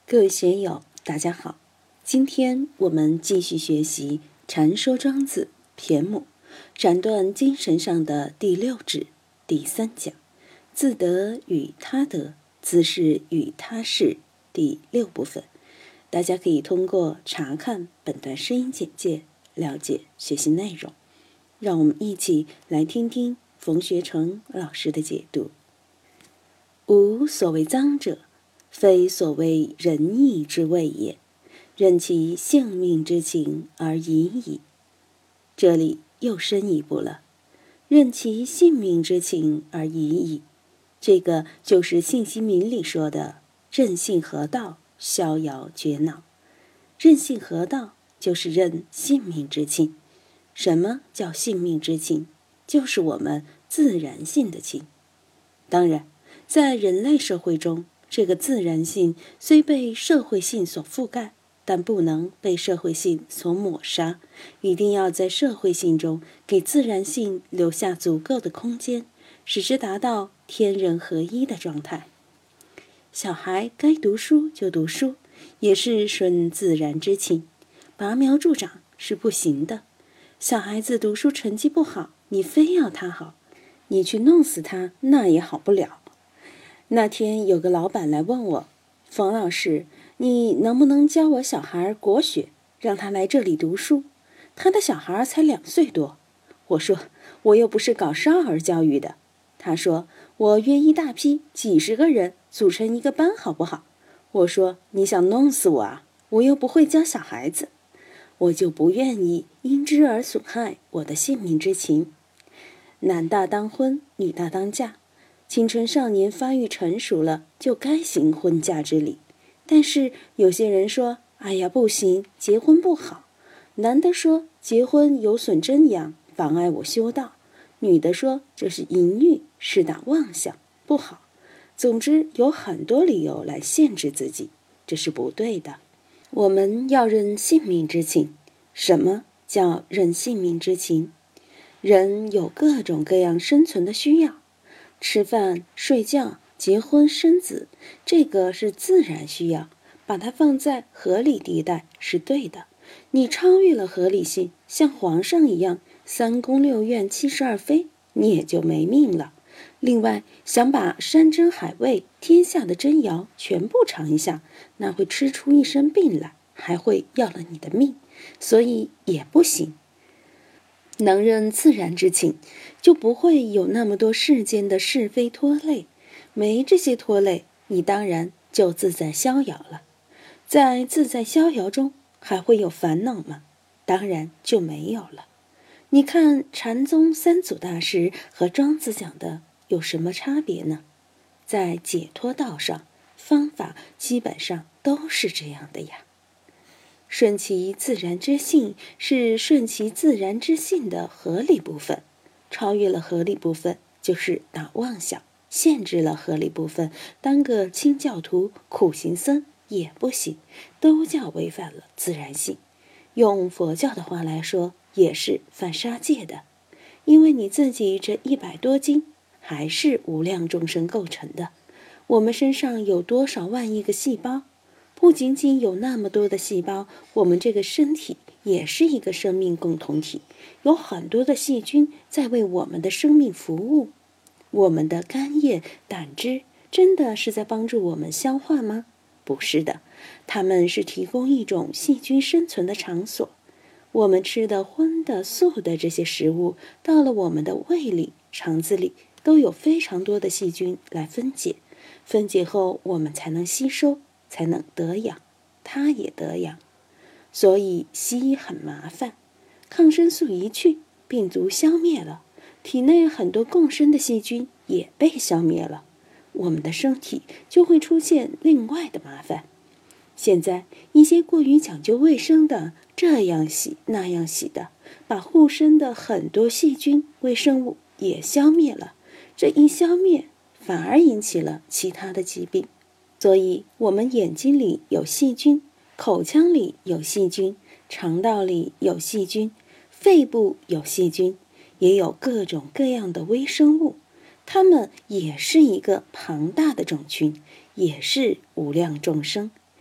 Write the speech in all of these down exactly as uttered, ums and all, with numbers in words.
各位学友，大家好。今天我们继续学习《禅说庄子》骈母斩断精神上的第六指第三讲，自得与他得，自是与他事第六部分。大家可以通过查看本段声音简介了解学习内容。让我们一起来听听冯学成老师的解读。无所谓脏者，非所谓仁义之谓也，任其性命之情而已矣。这里又深一步了，任其性命之情而已矣，这个就是信息民里说的任性合道，逍遥绝脑。任性合道就是任性命之情。什么叫性命之情？就是我们自然性的情。当然，在人类社会中，这个自然性虽被社会性所覆盖，但不能被社会性所抹杀，一定要在社会性中给自然性留下足够的空间，使之达到天人合一的状态。小孩该读书就读书，也是顺自然之情，拔苗助长是不行的。小孩子读书成绩不好，你非要他好，你去弄死他，那也好不了。那天有个老板来问我，冯老师，你能不能教我小孩国学，让他来这里读书？他的小孩才两岁多。我说，我又不是搞少儿教育的。他说，我约一大批几十个人组成一个班好不好？我说，你想弄死我啊？我又不会教小孩子。我就不愿意因之而损害我的性命之情。男大当婚，女大当嫁，青春少年发育成熟了，就该行婚嫁之礼。但是有些人说，哎呀不行，结婚不好。男的说，结婚有损真阳，妨碍我修道。女的说，这是淫欲，是打妄想，不好。总之有很多理由来限制自己，这是不对的。我们要任性命之情。什么叫任性命之情？人有各种各样生存的需要，吃饭、睡觉、结婚、生子，这个是自然需要，把它放在合理地带是对的。你超越了合理性，像皇上一样三宫六院七十二妃，你也就没命了。另外，想把山珍海味、天下的珍肴全部尝一下，那会吃出一身病来，还会要了你的命，所以也不行。能任自然之情，就不会有那么多世间的是非拖累。没这些拖累，你当然就自在逍遥了。在自在逍遥中，还会有烦恼吗？当然就没有了。你看禅宗三祖大师和庄子讲的有什么差别呢？在解脱道上，方法基本上都是这样的呀。顺其自然之性是顺其自然之性的合理部分，超越了合理部分就是打妄想，限制了合理部分，当个清教徒、苦行僧也不行，都叫违反了自然性。用佛教的话来说，也是犯杀戒的，因为你自己这一百多斤还是无量众生构成的。我们身上有多少万亿个细胞？不仅仅有那么多的细胞，我们这个身体也是一个生命共同体，有很多的细菌在为我们的生命服务。我们的肝液、胆汁真的是在帮助我们消化吗？不是的，它们是提供一种细菌生存的场所。我们吃的荤的、素的这些食物，到了我们的胃里、肠子里，都有非常多的细菌来分解，分解后我们才能吸收，才能得养，它也得养。所以西医很麻烦，抗生素一去，病毒消灭了，体内很多共生的细菌也被消灭了，我们的身体就会出现另外的麻烦。现在一些过于讲究卫生的，这样洗那样洗的，把护身的很多细菌、微生物也消灭了，这一消灭反而引起了其他的疾病。所以我们眼睛里有细菌，口腔里有细菌，肠道里有细菌，肺部有细菌，也有各种各样的微生物，它们也是一个庞大的种群，也是无量众生。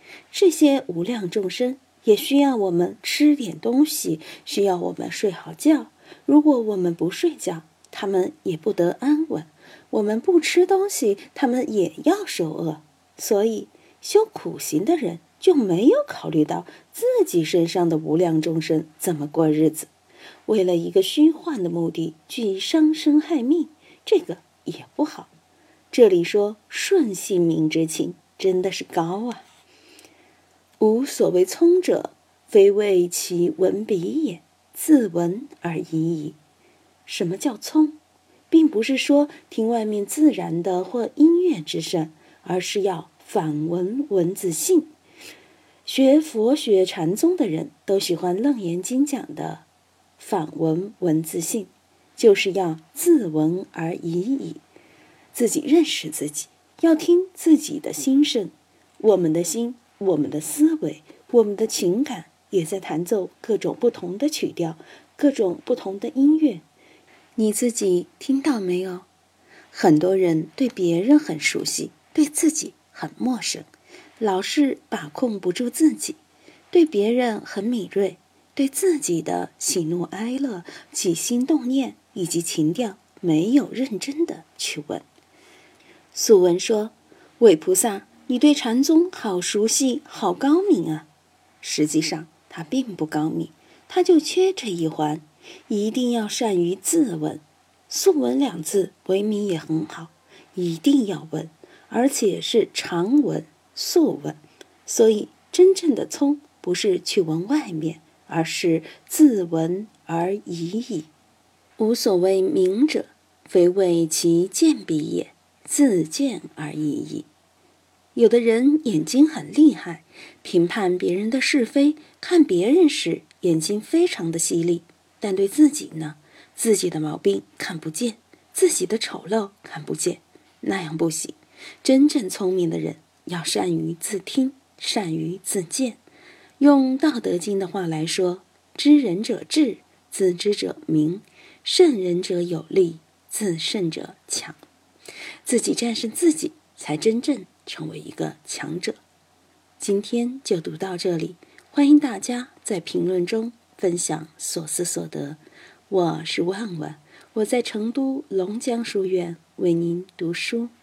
这些无量众生也需要我们吃点东西，需要我们睡好觉。如果我们不睡觉，他们也不得安稳；我们不吃东西，他们也要受饿。所以修苦行的人就没有考虑到自己身上的无量众生怎么过日子，为了一个虚幻的目的去伤身害命，这个也不好。这里说顺性命之情真的是高啊！无所谓聪者，非为其闻彼也，自闻而已矣。什么叫聪？并不是说听外面自然的或音乐之声，而是要反闻文字性。学佛学禅宗的人都喜欢楞严经讲的反闻文字性，就是要自闻而已矣，自己认识自己，要听自己的心声。我们的心，我们的思维，我们的情感也在弹奏各种不同的曲调，各种不同的音乐。你自己听到没有？很多人对别人很熟悉，对自己很陌生，老是把控不住自己，对别人很敏锐，对自己的喜怒哀乐、起心动念以及情调没有认真的去问。素文说：“韦菩萨，你对禅宗好熟悉，好高明啊！”实际上他并不高明，他就缺这一环，一定要善于自问。素闻两字为名也很好，一定要问，而且是常闻素闻。所以真正的聪不是去闻外面，而是自闻而已矣。无所谓明者，非为其见彼也，自见而已矣。有的人眼睛很厉害，评判别人的是非，看别人时眼睛非常的犀利，但对自己呢，自己的毛病看不见，自己的丑陋看不见，那样不行。真正聪明的人要善于自听，善于自见。用道德经的话来说，知人者智，自知者明，胜人者有力，自胜者强。自己战胜自己，才真正成为一个强者。今天就读到这里，欢迎大家在评论中分享所思所得。我是万万，我在成都龙江书院为您读书。